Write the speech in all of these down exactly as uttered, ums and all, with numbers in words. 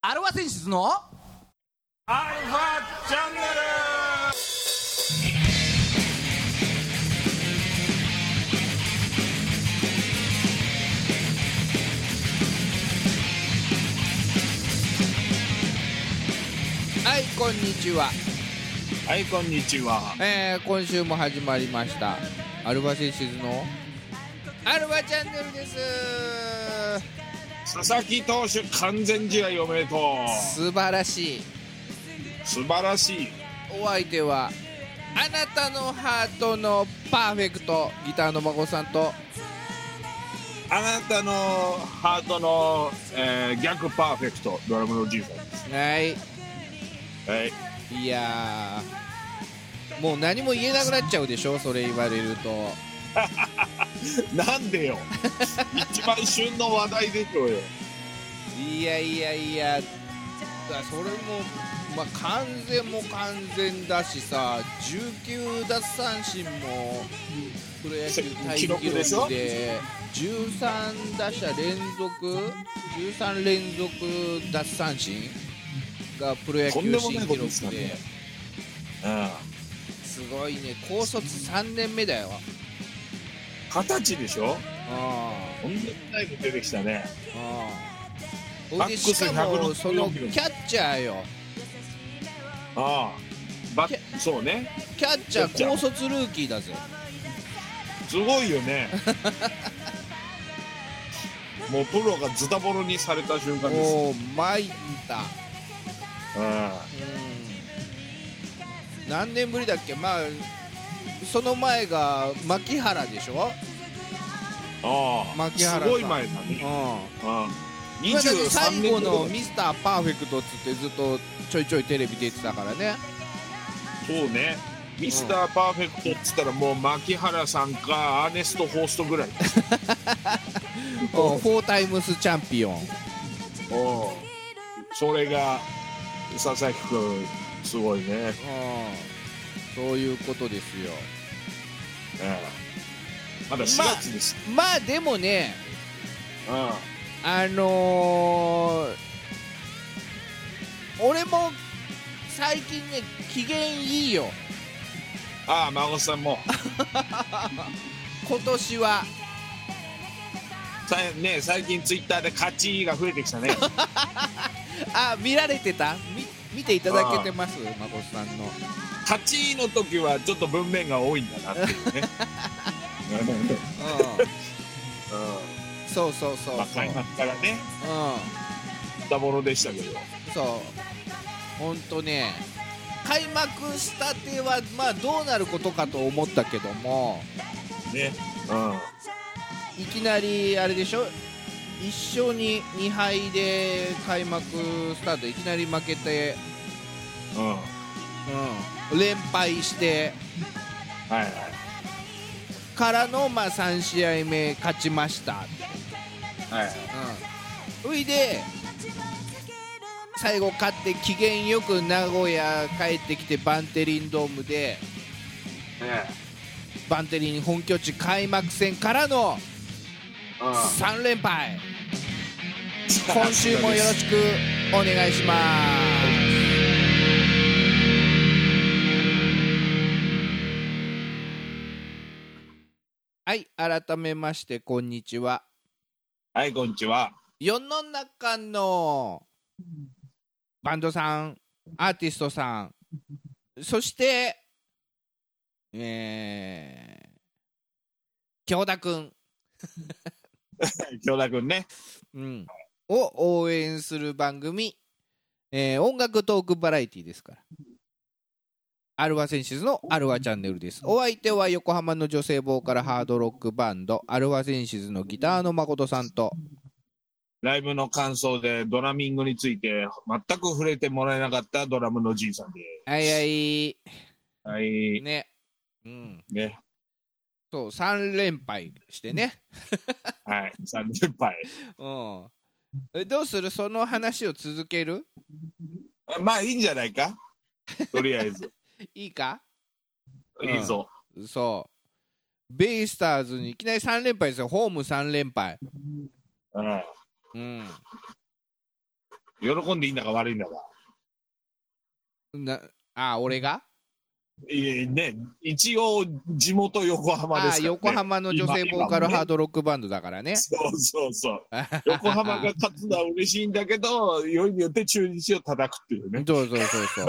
アルファ選出のアルファチャンネル。 はい、こんにちは。 はい、こんにちは。 えー、今週も始まりましたアルファ選出のアルファチャンネルです。 佐々木投手完全試合おめでとう。 素晴らしい。 素晴らしい。 お相手はあなたのハートのパーフェクトギターの孫さんと、 あなたのハートの、えー、逆パーフェクトドラムのじいさんです。 はいはい。 いやー、もう何も言えなくなっちゃうでしょ、それ言われると。 なんでよ。一番旬の話題でしょうよ。 いやいやいや、それもまあ完全も完全だしさ、じゅうきゅう奪三振もプロ野球タイ記録でじゅうさん打者連続じゅうさん連続奪三振がプロ野球新記録で、すごいね。高卒さんねんめだよ。 二十歳でしょ。 ああ、 とんでもないの出てきたね。 ああ、でしかもそのキャッチャーよ。 ああ、バッそうね。 キャッチャー高卒ルーキーだぜ。 すごいよね。もうプロがズタボロにされた瞬間です。 おー、参った。 うん、 何年ぶりだっけ。まあその前が牧原でしょ。 ああ、 牧原さんすごい前だね。 うん、 うん、 今だって最後のミスターパーフェクトっつってずっとちょいちょいテレビ出てたからね。 そうね。ミスターパーフェクトっつったらもう牧原さんかアーネスト・ホーストぐらい。 おフォータイムスチャンピオン。 おそれが佐々木君すごいね。 そういうことですよ。 ええ、まだしがつです。 まあ、まあでもね、 うん、 あのー、俺も最近ね機嫌いいよ。 ああ、孫さんも今年はさ、ね、最近ツイッターで勝ちが増えてきたね。 あ、見られてた？み見ていただけてます？孫さんの勝ちの時はちょっと文面が多いんだなっていうね。うん、うん、 そうそうそうそう、 まあ、開幕からね、 うん、 ズタボロでしたけど、 そうほんとね、開幕したてはまあどうなることかと思ったけどもね、 うん、いきなりあれでしょ、いっ勝ににはいで開幕スタートいきなり負けて、 うんうんうん、連敗してはいはいからの、まあ、さん試合目勝ちました、 はいはい、 うん、それで最後勝って機嫌よく名古屋帰ってきてバンテリンドームで、 ね、 バンテリン本拠地開幕戦からのさん連敗、今週もよろしくお願いします。はい、改めましてこんにちは。 はい、こんにちは。 世の中のバンドさん、アーティストさん、そしてえー、京田くん京田くんね、 うん、を応援する番組、えー、音楽トークバラエティですから。アルファセンシズのアルファチャンネルです。お相手は横浜の女性ボーカルハードロックバンドアルファセンシズのギターの誠さんと、 ライブの感想でドラミングについて全く触れてもらえなかったドラムのじいさんで、 はいはいはいね、うん、 ね、 そうさん連敗してね。 はい、さん連敗。 うん、どうする？その話を続ける？ まあいいんじゃないか、とりあえず。 いいか？ いいぞ、 うん、そうベイスターズにいきなりさん連敗ですよ。ホームさん連敗、 うん、 うん、 喜んでいいんだか悪いんだか。 なあ、俺がいえね、一応地元横浜ですから、ね、 あ横浜の女性ボーカルハードロックバンドだからね。 そうそうそう横浜が勝つのは嬉しいんだけど、よりによって中日を叩くっていうね。 そうそうそうそう、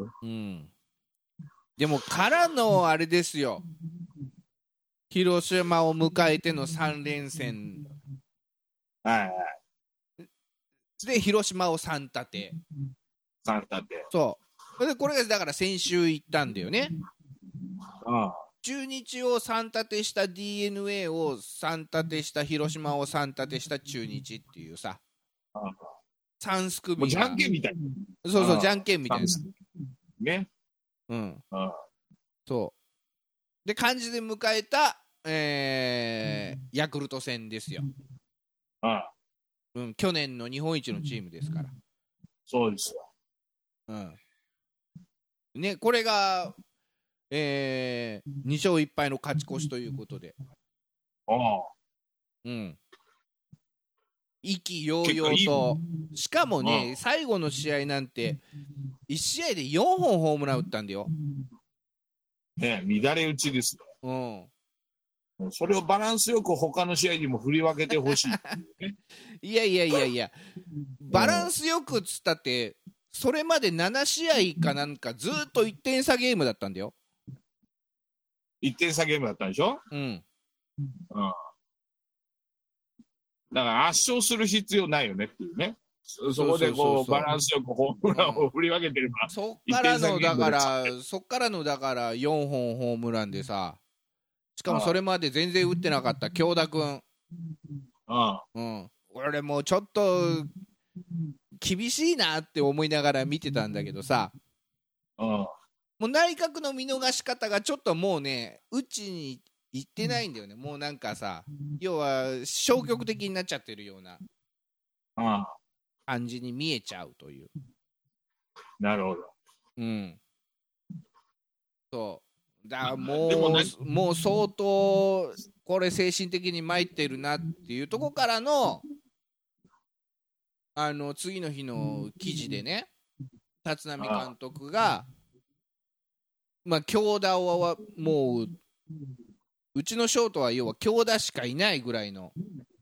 うんうん、でもからのあれですよ、広島を迎えてのさん連戦、 はいはい、 で広島をさん立て、 さん立て、 そうでこれがだから先週行ったんだよね。 ああ、 中日をさん立てした ディーエヌエー をさん立てした広島をさん立てした中日っていうさ、 ああ、 さんす組が、 もうじゃんけんみたいな。 そうそうじゃんけんみたいなね、 うん、 ああ、 そうで感じで迎えた、えー、ヤクルト戦ですよ。 ああ、 うん、去年の日本一のチームですから。 そうですよ。 うんね、これが、えー、に勝いっ敗の勝ち越しということで、 ああ、 うん、意気揚々と、しかもね、最後の試合なんて、いち試合でよんほんホームラン打ったんだよ。 ね、乱れ打ちですよ。 うん、それをバランスよく他の試合にも振り分けてほしい、ね。 いやいやいやいや、バランスよくっつったって、それまでなな試合かなんかずっといってん差ゲームだったんだよ。 いってん差ゲームだったんでしょ。 うん。うん。 だから圧勝する必要ないよねっていうね。そこでこうバランスよくホームランを振り分けてれば、うん、 そっからのだからそっからのだからよんほんホームランでさ、しかもそれまで全然打ってなかった京田君、 ああ、 うん、俺もうちょっと厳しいなって思いながら見てたんだけどさ、 ああ、 もう内角の見逃し方がちょっともうね打ちにいってないんだよね。もうなんかさ、要は消極的になっちゃってるような感じに見えちゃうという。 なるほど。 うん。そうだからもうもう相当これ精神的に参ってるなっていうところからのあの次の日の記事でね、立浪監督がまあ強打はもううちのショートは要は強打しかいないぐらいの、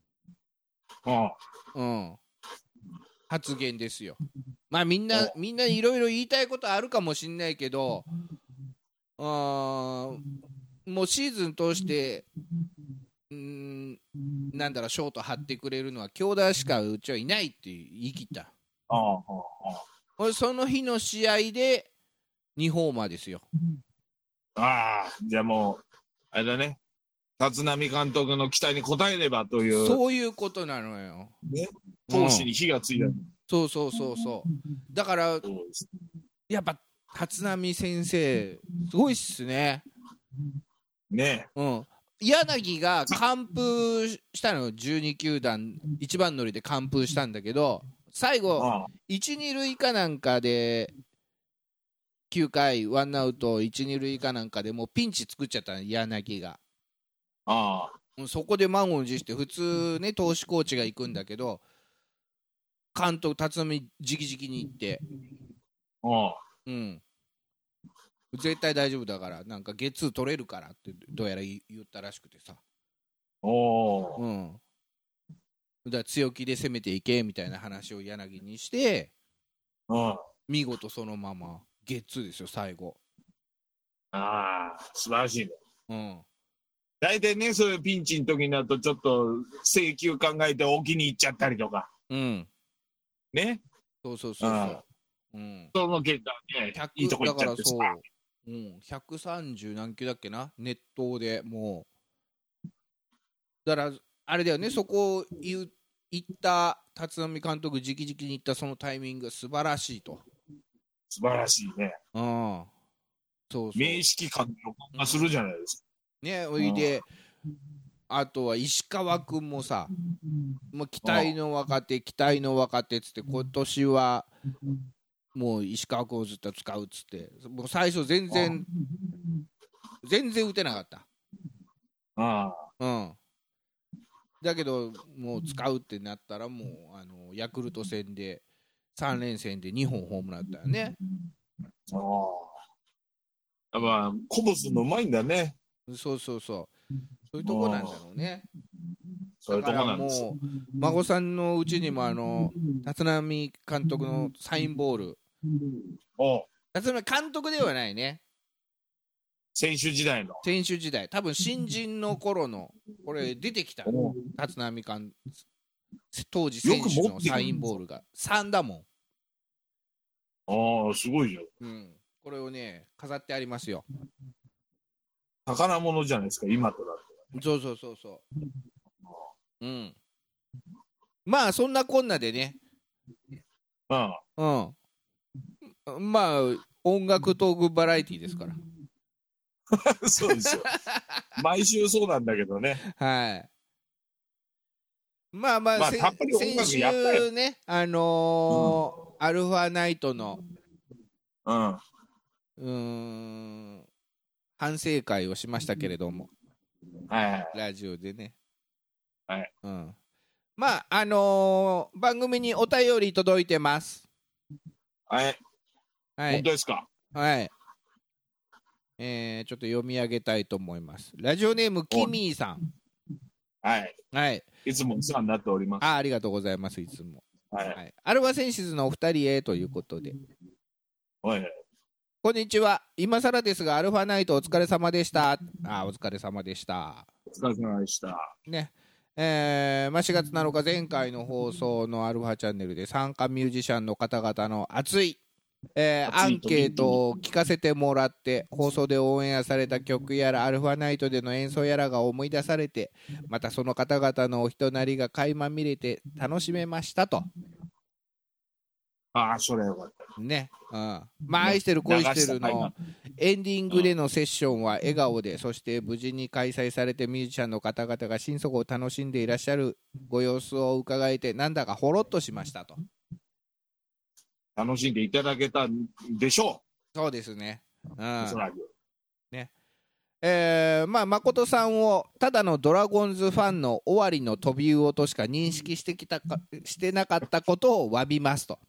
うん、発言ですよ。まあみんなみんないろいろ言いたいことあるかもしんないけど、あもうシーズン通してんなんだろうショート張ってくれるのは強打しかうちはいないって言い切った。 ああ、ああ、 その日の試合でにホーマーですよ。 ああ、じゃあもうあれだね、立浪監督の期待に応えればという、 そういうことなのよ、 ね、闘志に火がついた、うん、 そうそうそうそうだからやっぱ立浪先生すごいっすね。 ね、 うん、柳が完封したのじゅうに球団一番乗りで完封したんだけど、最後いち、に塁かなんかできゅうかいワンアウトいち、に塁かなんかでもうピンチ作っちゃった柳が。 ああそこで満を持して普通ね投手コーチが行くんだけど、監督立浪直々に行って、 ああ、 うん、絶対大丈夫だからなんかゲッツー取れるからってどうやら言ったらしくてさ、 お、 うん、だから強気で攻めていけみたいな話を柳にして、 ああ、 見事そのままゲッツーですよ最後。 ああ、素晴らしいね。 うん、 大体ね、そういうピンチの時になるとちょっと請求考えて置きに行っちゃったりとか、 うん、 ね、 そうそうそうそう、うん、 その結果ね、いいとこ行っちゃってさ、 うん、ひゃくさんじゅう何球だっけな、熱投でもうだからあれだよね、そこを言う言った立浪監督直々に言ったそのタイミングが素晴らしいと。 素晴らしいね。 うん、そうそう、 名指揮官の予感がするじゃないですか。 ね、おいで、あとは石川君もさ、もう期待の若手期待の若手っつって今年はもう石川君をずっと使うっつって、もう最初全然全然打てなかった。 ああ、 うん、 だけどもう使うってなったらもうあのヤクルト戦でさん連戦でにほんホームランだったよね。 ああ。まあ、鼓舞するのうまいんだね。 そうそうそう。そういうとこなんだろうね。 そういうとこなんです。 もう孫さんのうちにもあの立浪監督のサインボール。 お立浪監督ではないね。 選手時代の。 選手時代、多分新人の頃のこれ出てきた立浪監当時選手のサインボールがさんだもん。ああ、すごいじゃん。 うん。これをね飾ってありますよ。 宝物じゃないですか、今とだって。そうそうそうそう。うん。まあそんなこんなでね。 うん。 うん。まあ音楽トークバラエティですから。 そうですよ。毎週そうなんだけどね。 はい。まあまあ、 まあ、たっぷり音楽やったよ。 先週ね、あのーうん、アルファナイトの、 うん、 うーん、反省会をしましたけれども、 はいはい、 ラジオでね。 はい。 うん。まあ、あのー、番組にお便り届いてます。 はい。はい、本当ですか。 はい。えー、ちょっと読み上げたいと思います。ラジオネームキミーさん。 はい。 はい。 いつもお世話になっております。 あ、ありがとうございます。いつも。 はい。はい、 アルファセンシズのお二人へということで。 はい。 こんにちは。今更ですが、アルファナイトお疲れ様でした。あ、お疲れ様でした。 お疲れ様でした。 ね。えーまあ、しがつなのか前回の放送のアルファチャンネルで参加ミュージシャンの方々の熱いえー、アンケートを聞かせてもらって放送でオンエアされた曲やらアルファナイトでの演奏やらが思い出されて、またその方々のお人なりが垣間見れて楽しめましたと。 ああ、それよかったね。うん。まあ、愛してる恋してるのエンディングでのセッションは笑顔で、そして無事に開催されてミュージシャンの方々が心底を楽しんでいらっしゃるご様子を伺えて、なんだかほろっとしましたと。 楽しんでいただけたんでしょう。そうですね。うん。 おそらく。 ね。えー、まあ誠さんをただのドラゴンズファンの終わりの飛び魚としか認識してきたかしてなかったことを詫びますと。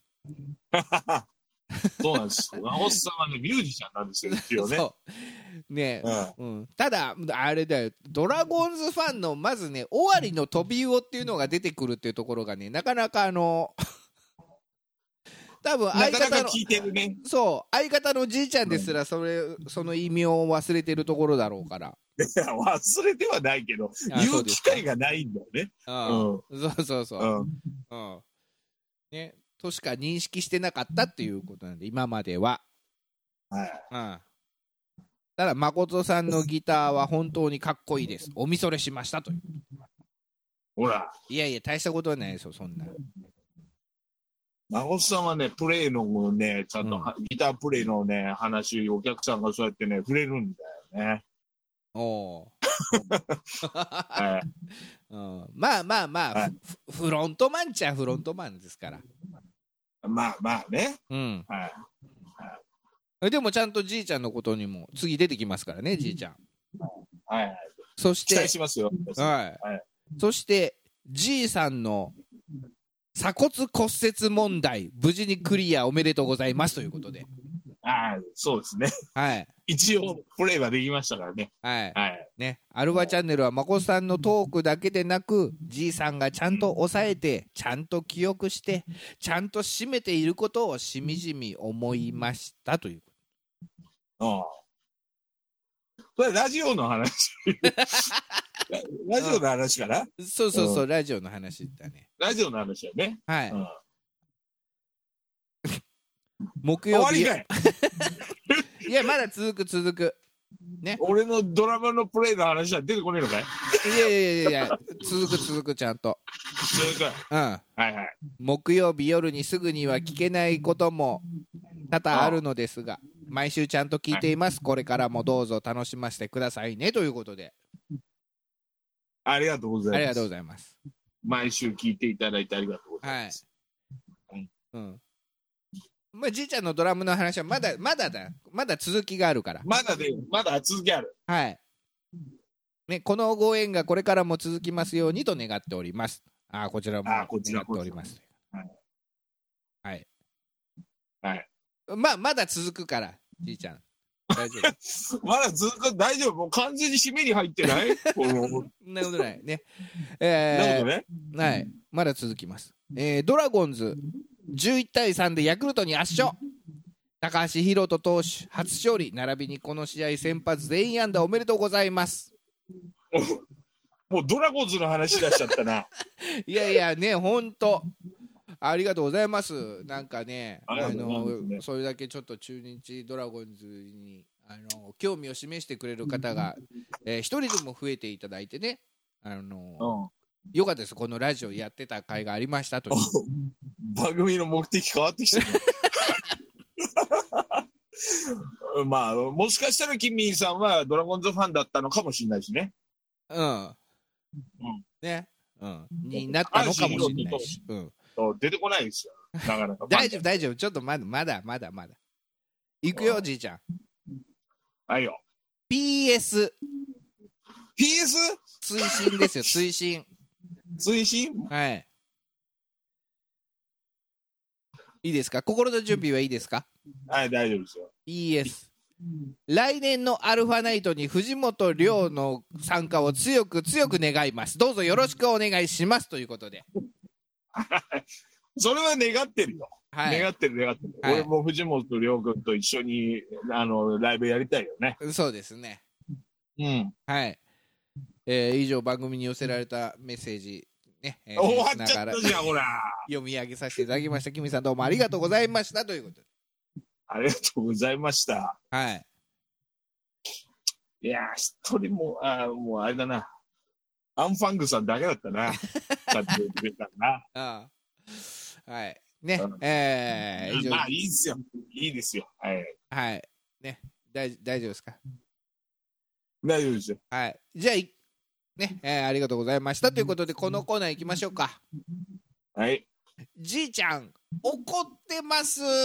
そうなんです。直さんはねミュージシャンなんですよ一応ね。 そうね、 うんうん、ただあれだよ、ドラゴンズファンのまずね終わりの飛び魚っていうのが出てくるっていうところがねなかなかあの多分相方のなかなか聞いてるね。 そう相方のじいちゃんですらそれ、うん、その意味を忘れてるところだろうから。 いや忘れてはないけど言う機会がないんだよね。 うん、そうそうそう、 うんうんね、としか認識してなかったっていうことなんで今までは。 はい、 うん、ただ誠さんのギターは本当にかっこいいです。おみそれしましたという。 ほらいやいや大したことはないですよそんな。 孫さんはね、プレイのね、ちゃんと、うん、ギタープレイのね、話、お客さんがそうやってね、触れるんだよね。 おー。はい、うん、まあまあまあ、はい、フ, フロントマンっちゃフロントマンですから。 まあまあね。 うん。 はい。 はい、でもちゃんとじいちゃんのことにも次出てきますからね、じいちゃん。 はい。 そして、 期待しますよ。 はい。はい、そして、じいさんの鎖骨骨折問題、無事にクリアおめでとうございますということで。 ああ、そうですね。 はい。 一応、プレイはできましたからね。 はい。 はい。 ね、アルファチャンネルは、まこさんのトークだけでなく、じいさんがちゃんと抑えて、ちゃんと記憶して、ちゃんと締めていることをしみじみ思いましたという。 ああ。これラジオの話。ラジオの話かな、 うん、そうそうそう、うん、ラジオの話だね。 ラジオの話だね。 はい。 うん、 木曜日。 終わりかいいや、まだ続く続く。ね。 俺のドラマのプレイの話は出てこねえのかい？ いやいやいやいや、続く続くちゃんと。 続く。 うん。 はいはい。 木曜日夜にすぐには聞けないことも多々あるのですが、毎週ちゃんと聞いています。はい、これからもどうぞ楽しませてくださいねということで。 ありがとうございます。 ありがとうございます。 毎週聞いていただいてありがとうございます。 はい。うん。まあ、じいちゃんのドラムの話はまだまだだまだ続きがあるから。 まだでまだ続きある。 はい。 ね、このご縁がこれからも続きますようにと願っております。あこちらも願あこちらっております。 はい。 はい。 はい、 まあ、まだ続くから、じいちゃん。大丈夫まだ続く、大丈夫、もう完全に締めに入ってないそんなことないね。えー、 ね、 はい、まだ続きます。えー、ドラゴンズ、じゅういちたいさんでヤクルトに圧勝。高橋宏斗投手、初勝利、並びにこの試合、先発全員安打おめでとうございます。 もうドラゴンズの話出しちゃったな。 いやいや、ね、ほんと。ありがとうございます。なんかね、あの、ね、それだけちょっと中日ドラゴンズにあの興味を示してくれる方が、えー、一人でも増えていただいてね、あの、うん、よかったです。このラジオやってた甲斐がありましたという。 番組の目的変わってきてる。まあもしかしたらキミーさんはドラゴンズファンだったのかもしれないしね。 うん。うん、ね、うん、になったのかもしれないし。うん。 出てこないですよ。なかなか大丈夫大丈夫、ちょっとまだまだまだまだいくよ、じいちゃん。 はいよ。 ピーエスピーエス追伸ですよ、追伸追伸、 はい、いいですか、心の準備はいいですか。 はい、大丈夫ですよ。 ピーエス 来年のアルファナイトに藤本涼の参加を強く強く願います。どうぞよろしくお願いしますということでそれは願ってるよ、はい、願ってる願ってる、はい、俺も藤本涼君と一緒にあのライブやりたいよね。 そうですね、 うん、 はい、えー、以上番組に寄せられたメッセージね、えー、 終わっちゃったじゃんほら読み上げさせていただきました。キミさんどうもありがとうございましたということで。 ありがとうございました。 はい。 いやー、一人も、あもうあれだな。アンファングさんだけだったな。買ってくれたな。 ああ。はい。ね。うん、えー、 まあ、いいですよ。いいですよ。はい。 はい。ね。大、大丈夫ですか。 大丈夫ですよ。 はい。じゃあ、ね、えー、ありがとうございました。ということで、このコーナー行きましょうか。 はい。 じいちゃん、怒ってますー。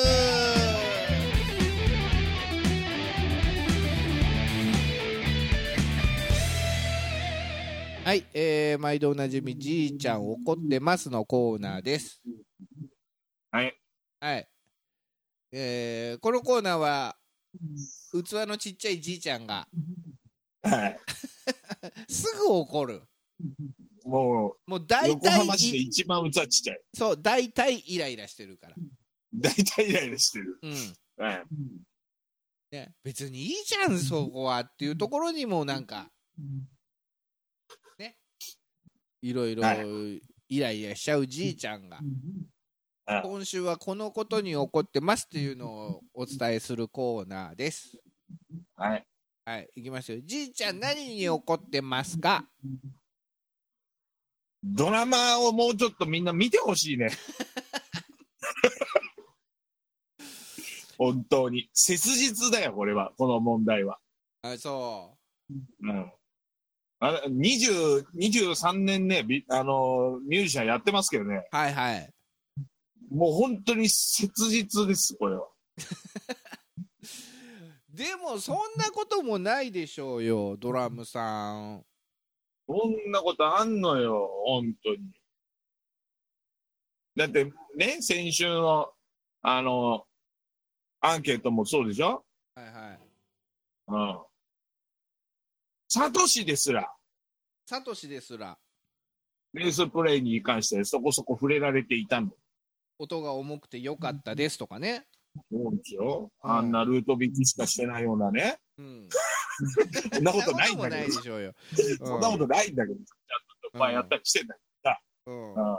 はい、えー、毎度おなじみじいちゃん怒ってますのコーナーです。 はい。 はい。えー、このコーナーは器のちっちゃいじいちゃんが、 はい、 すぐ怒る。 もう、もう大体横浜市で一番器ちっちゃい。 そう、大体イライラしてるから。 大体イライラしてる。 うん。 はい。 ね、別にいいじゃんそこはっていうところにもなんか。いろいろイライラしちゃうじいちゃんが、はい、今週はこのことに起こってますっていうのをお伝えするコーナーです。 はいはい、いきますよ。じいちゃん何に怒ってますか。 ドラマをもうちょっとみんな見てほしいね。本当に切実だよこれは、この問題は。 あ、そう、 うん、あにじゅう、にじゅうさんねんね、あのミュージシャンやってますけどね。 はいはい。 もう本当に切実です、これは。 でもそんなこともないでしょうよ、ドラムさん。 そんなことあんのよ、本当に。だってね、先週のあのアンケートもそうでしょ。 はいはい。 うん。サトシですら。 サトシですら。 ベースプレイに関してそこそこ触れられていたの。 音が重くてよかったですとかね。 そうですよ。うん、あんなルート引きしかしてないようなね。うん。そんなことないんだけど。そんなことないんだけど。ちゃんと前やったりしてんだけどさ。うん。うん、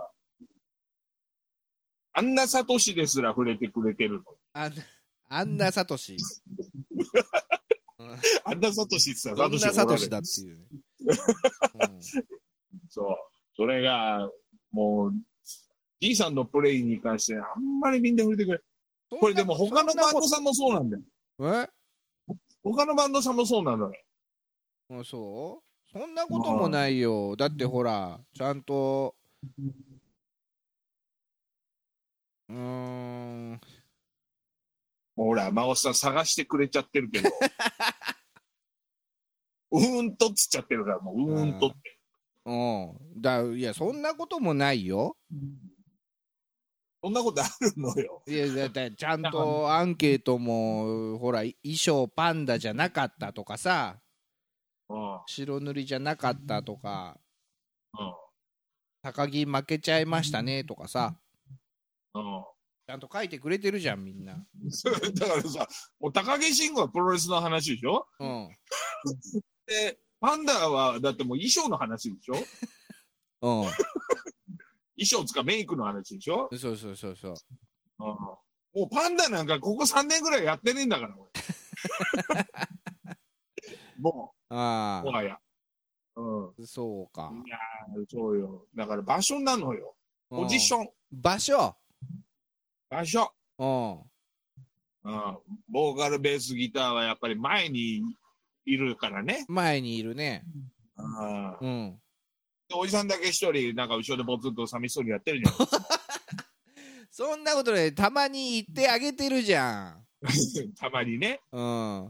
あんなサトシですら触れてくれてるの。 あんあんなサトシ。 あんなサトシってさ、 どんなサトシだっていう、ね。 うん、そう。それが、もう、G さんのプレイに関してあんまりみんな触れてくれ。これでも他のバンドさんもそうなんだよ。 え他のバンドさんもそうなのよ。 あ、そうそんなこともないよ。だってほら、ちゃんと、うーん。 ほら、孫さん探してくれちゃってるけど。 うーんとっつっちゃってるから、もううーんとって。 うん。だいや、そんなこともないよ。 そんなことあるのよ。 いや、だってちゃんとアンケートも、ほら、衣装パンダじゃなかったとかさ、 うん、 白塗りじゃなかったとか、 うん、 高木負けちゃいましたねとかさ、 うん、 ちゃんと書いてくれてるじゃん、みんな。 だからさ、もう高木慎吾はプロレスの話でしょ。 うん。 で、パンダはだってもう衣装の話でしょ。 うん。 衣装つかメイクの話でしょ。 そうそうそうそう。 うん、もうパンダなんかここさんねんぐらいやってねえんだから俺。もう、 ああ。 もはや。 うん。そうか。 いやー、そうよ。だから場所なのよ。ポジション。 場所。 場所。 うん。 うん。ボーカル、ベース、ギターはやっぱり前にいるからね。 前にいるね。 うん。 うん。 おじさんだけ一人、なんか後ろでボツンと寂しそうにやってるじゃん。 そんなことで、たまに言ってあげてるじゃん。 たまにね。 うん。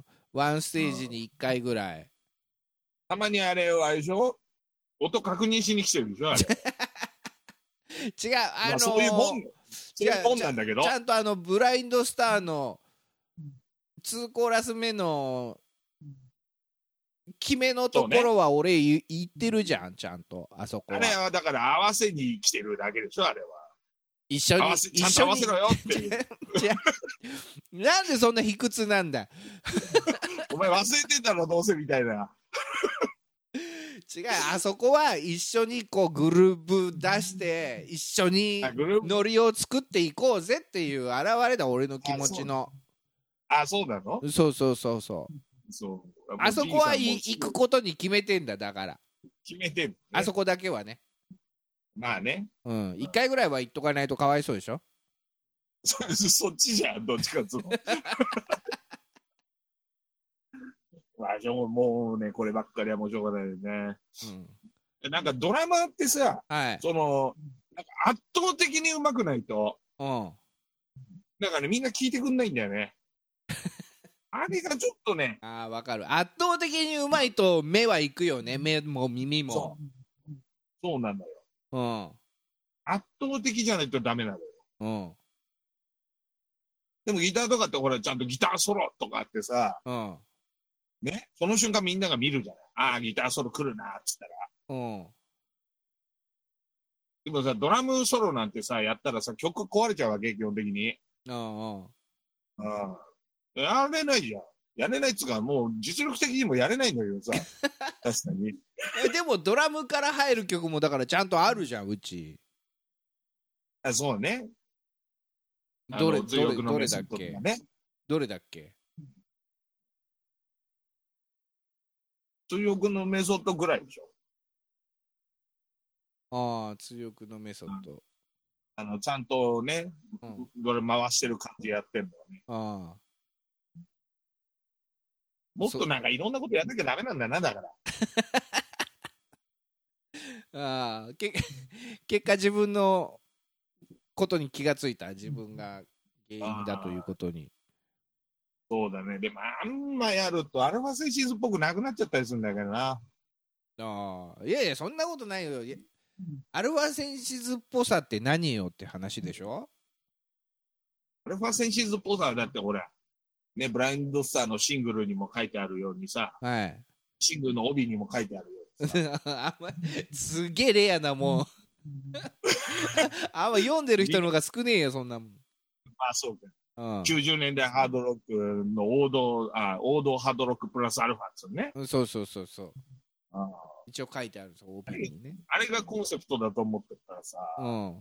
ワンステージにいっかいぐらい。 たまにあれはあれでしょ、音確認しに来てるでしょあれ。 違う、あのー、 そういうもん、そういうもんなんだけど。 ちゃんとあの、ブラインドスターのにコーラス目の決めのところは俺言ってるじゃん、ちゃんと、あそこは。 あれはだから合わせに来てるだけでしょあれは。 一緒に、 ちゃんと合わせろよっていう。 なんでそんな卑屈なんだ。 お前忘れてたろどうせみたいな。 違う、あそこは一緒にこうグルーブ出して一緒にノリを作っていこうぜっていう現れだ、俺の気持ちの。 あ、そうなの？ そうそうそうそう。そう、あそこは行くことに決めてんだ、だから。 決めてん、ね、 あそこだけはね。 まあね。 うん、一回ぐらいは行っとかないとかわいそうでしょ。 そ, そっちじゃん、どっちかっつうの。まあ、もうね、こればっかりはもうしょうがないよね。うん、なんかドラマってさ、はい、そのなんか圧倒的にうまくないと、うん、だからね、みんな聞いてくんないんだよね。あれがちょっとね。 ああ、わかる。圧倒的にうまいと目はいくよね、目も耳も。 そう、そうなんだよ。 うん。 圧倒的じゃないとダメなのよ。 うん。 でもギターとかってほらちゃんとギターソロとかあってさ、うん、ね、その瞬間みんなが見るじゃない。ああ、ギターソロ来るなっつったら。うん。でもさ、ドラムソロなんてさ、やったらさ、曲壊れちゃうわけ、基本的に。うんうん。うん。やれないじゃん。やれないっつうか、もう実力的にもやれないんだけどさ。確かに。 でもドラムから入る曲もだからちゃんとあるじゃん、うち。 あ、そうね。 どれ、どれ、どれだっけ、ね、どれだっけ。 強くのメソッドぐらいでしょ。 ああ、強くのメソッド。うん、 あのちゃんとね、うん、どれ回してる感じやってんのね。ああ。もっとなんかいろんなことやんなきゃダメなんだな、だから。 ああ、け結果自分のことに気がついた、自分が原因だということに。 そうだね。でもあんまやるとアルファセンシズっぽくなくなっちゃったりするんだけどな。 ああ、いやいや、そんなことないよ。アルファセンシズっぽさって何よって話でしょ。 アルファセンシズっぽさはだってほら、ね、ブラインドスターのシングルにも書いてあるようにさ、はい、シングルの帯にも書いてあるようにさ。 すげえレアなもん。あんま読んでる人の方が少ねえよ、そんなもん。 まあそうか。うん、きゅうじゅうねんだいハードロックの王道、あ、王道ハードロックプラスアルファですよね。 そうそうそうそう。あ、一応書いてあるんですよ、帯にね。 あれがコンセプトだと思ってたらさ。うん。うん。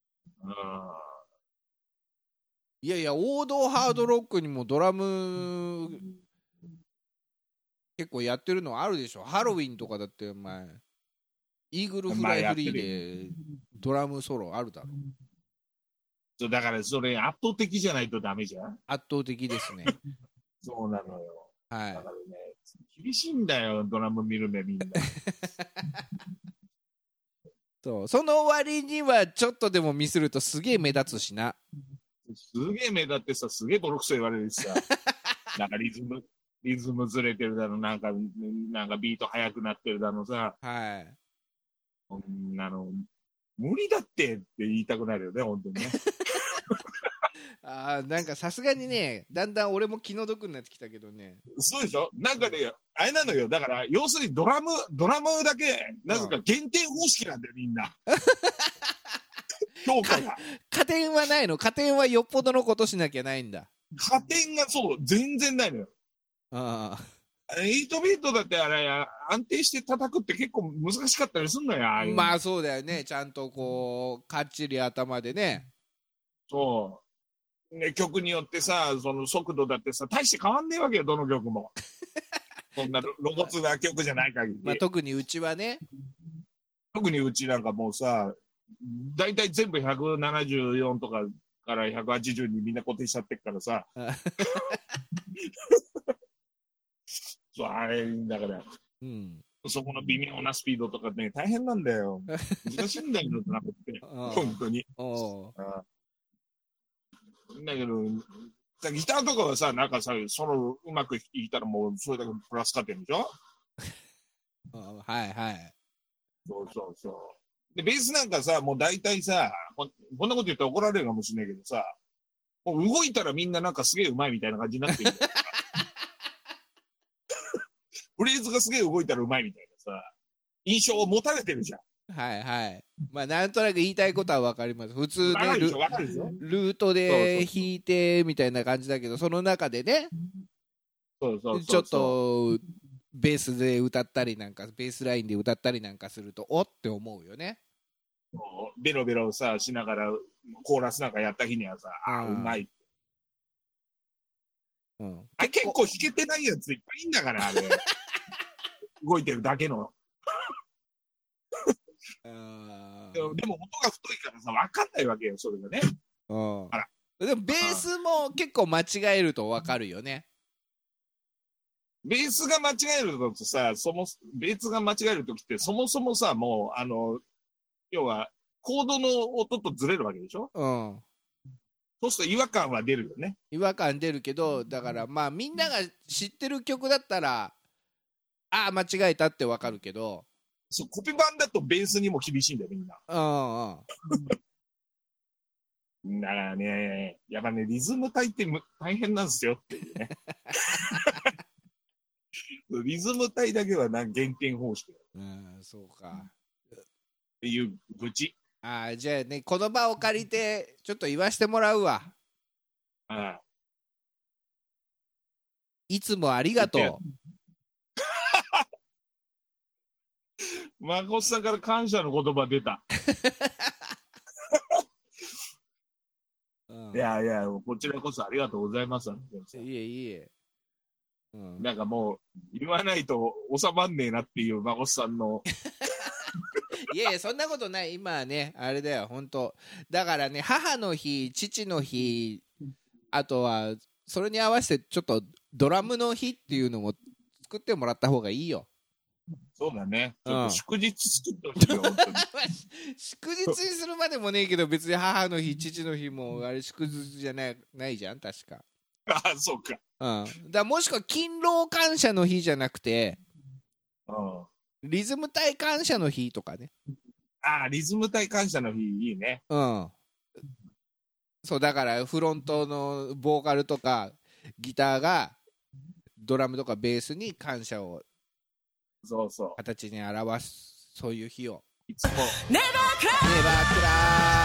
いやいや、王道ハードロックにもドラム結構やってるのあるでしょ。ハロウィンとかだってお前イーグルフライフリーでドラムソロあるだろ。 そうだからそれ圧倒的じゃないとダメじゃん。 圧倒的ですね。 そうなのよ。 はい。 だからね、厳しいんだよ、ドラム見る目みんな。 そう、その割にはちょっとでもミスるとすげえ目立つしな。 すげえ目立ってさ、すげえボロクソ言われるしさ、なんかリズム、 リズムずれてるだの、なんか、なんかビート速くなってるだのさ。 はい。 こんなの、無理だってって言いたくなるよね、本当にね。 ああ、なんかさすがにね、だんだん俺も気の毒になってきたけどね。 そうでしょ。なんかね、あれなのよ。だから、要するにドラム、ドラムだけ、なぜか減点方式なんだよ、みんな。評価が。加点はないの？加点はよっぽどのことしなきゃないんだ。 加点がそう、全然ないのよ。 ああ。 エイトビートだってあれ、安定して叩くって結構難しかったりすんのよ、ああいう。 まあそうだよね。ちゃんとこう、かっちり頭でね。 そう。ね、曲によってさ、その速度だってさ、大して変わんねえわけよ、どの曲も。そんな露骨な曲じゃない限り。 まあ特にうちはね。 特にうちなんかもうさ、大体全部ひゃくななじゅうよんとかからひゃくはちじゅうにみんな固定しちゃってっからさ。そう、あれ、だから、うん、そこの微妙なスピードとかね、大変なんだよ。難しいんだよ、ドラムって。本当に。あだけど、ギターとかはさ、なんかさ、そのうまく弾いたらもうそれだけプラス加点でしょ。 はいはい。 そうそうそう。で、ベースなんかさ、もう大体さ、こんなこと言ったら怒られるかもしれないけどさ、もう動いたらみんななんかすげえうまいみたいな感じになってる。フレーズがすげえ動いたらうまいみたいなさ、印象を持たれてるじゃん。 はいはい。まあなんとなく言いたいことは分かります。普通ね、ル, ルートで弾いてみたいな感じだけど、その中でね、 そうそうそうそう、 ちょっとベースで歌ったりなんか、ベースラインで歌ったりなんかすると、おって思うよね。 ベロベロさ、しながらコーラスなんかやった日にはさ、ああ、うまい。うん、あ結構弾けてないやついっぱいいんだから、あれ。動いてるだけの。あでも、でも音が太いからさ、分かんないわけよ、それがね。 うん、あら。でも、ベースも結構間違えると分かるよね。 ベースが間違えるとさ、そも、ベースが間違えるときって、そもそもさ、もう、あの、要は、コードの音とずれるわけでしょ。うん。そうすると違和感は出るよね。 違和感出るけど、だからまあみんなが知ってる曲だったら、ああ間違えたってわかるけど、 そうコピー版だとベースにも厳しいんだよみんな。うんうん。だからね、やっぱねリズム隊って大変なんですよっていうね。リズム隊だけはな減点方式。 うん、そうか。 っていう愚痴。 ああ、じゃあね、この場を借りて、ちょっと言わしてもらうわ。ああ。いつもありがとう。 まこさんから感謝の言葉出た。うん、いやいや、こちらこそありがとうございます。いえいえ。 うん、なんかもう、言わないと収まんねえなっていうまこさんの。 いやいやそんなことない。今はねあれだよ本当だからね母の日父の日あとはそれに合わせてちょっとドラムの日っていうのも作ってもらった方がいいよ。 そうだね。ちょっと祝日作ってほしいよ、うん、本当に。 祝日にするまでもねえけど別に母の日父の日もあれ祝日じゃない、ないじゃん確か。 ああそうか。 うん。だもしくは勤労感謝の日じゃなくて。うん。リズム隊感謝の日とかね。 ああ、リズム隊感謝の日いいね。 うん。そうだからフロントのボーカルとかギターがドラムとかベースに感謝をそうそう形に表すそういう日をいつもネバークライネバークラ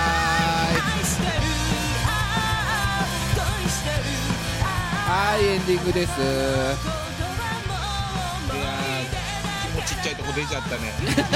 イはいエンディングです。 ちっちゃいとこ出ちゃったね。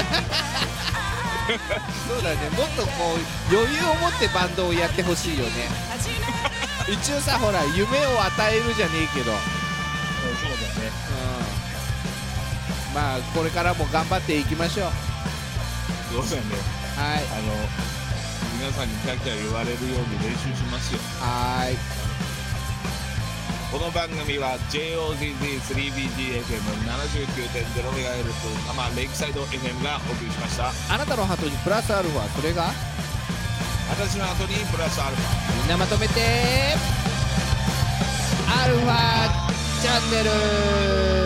そうだね、もっとこう余裕を持ってバンドをやってほしいよね。一応さほら夢を与えるじゃねえけど、 そうだね、 うん、まあこれからも頑張っていきましょう。 そうだね、はい、あの皆さんにキャキャ言われるように練習しますよ。はい。この番組は ジェイオーゼットスリービージーエフエムななじゅうきゅうてんゼロメガヘルツ 多摩レイクサイド エフエム がお送りしました。 あなたのハートにプラスアルファ、それが私のハートにプラスアルファ。 みんなまとめてアルファチャンネル。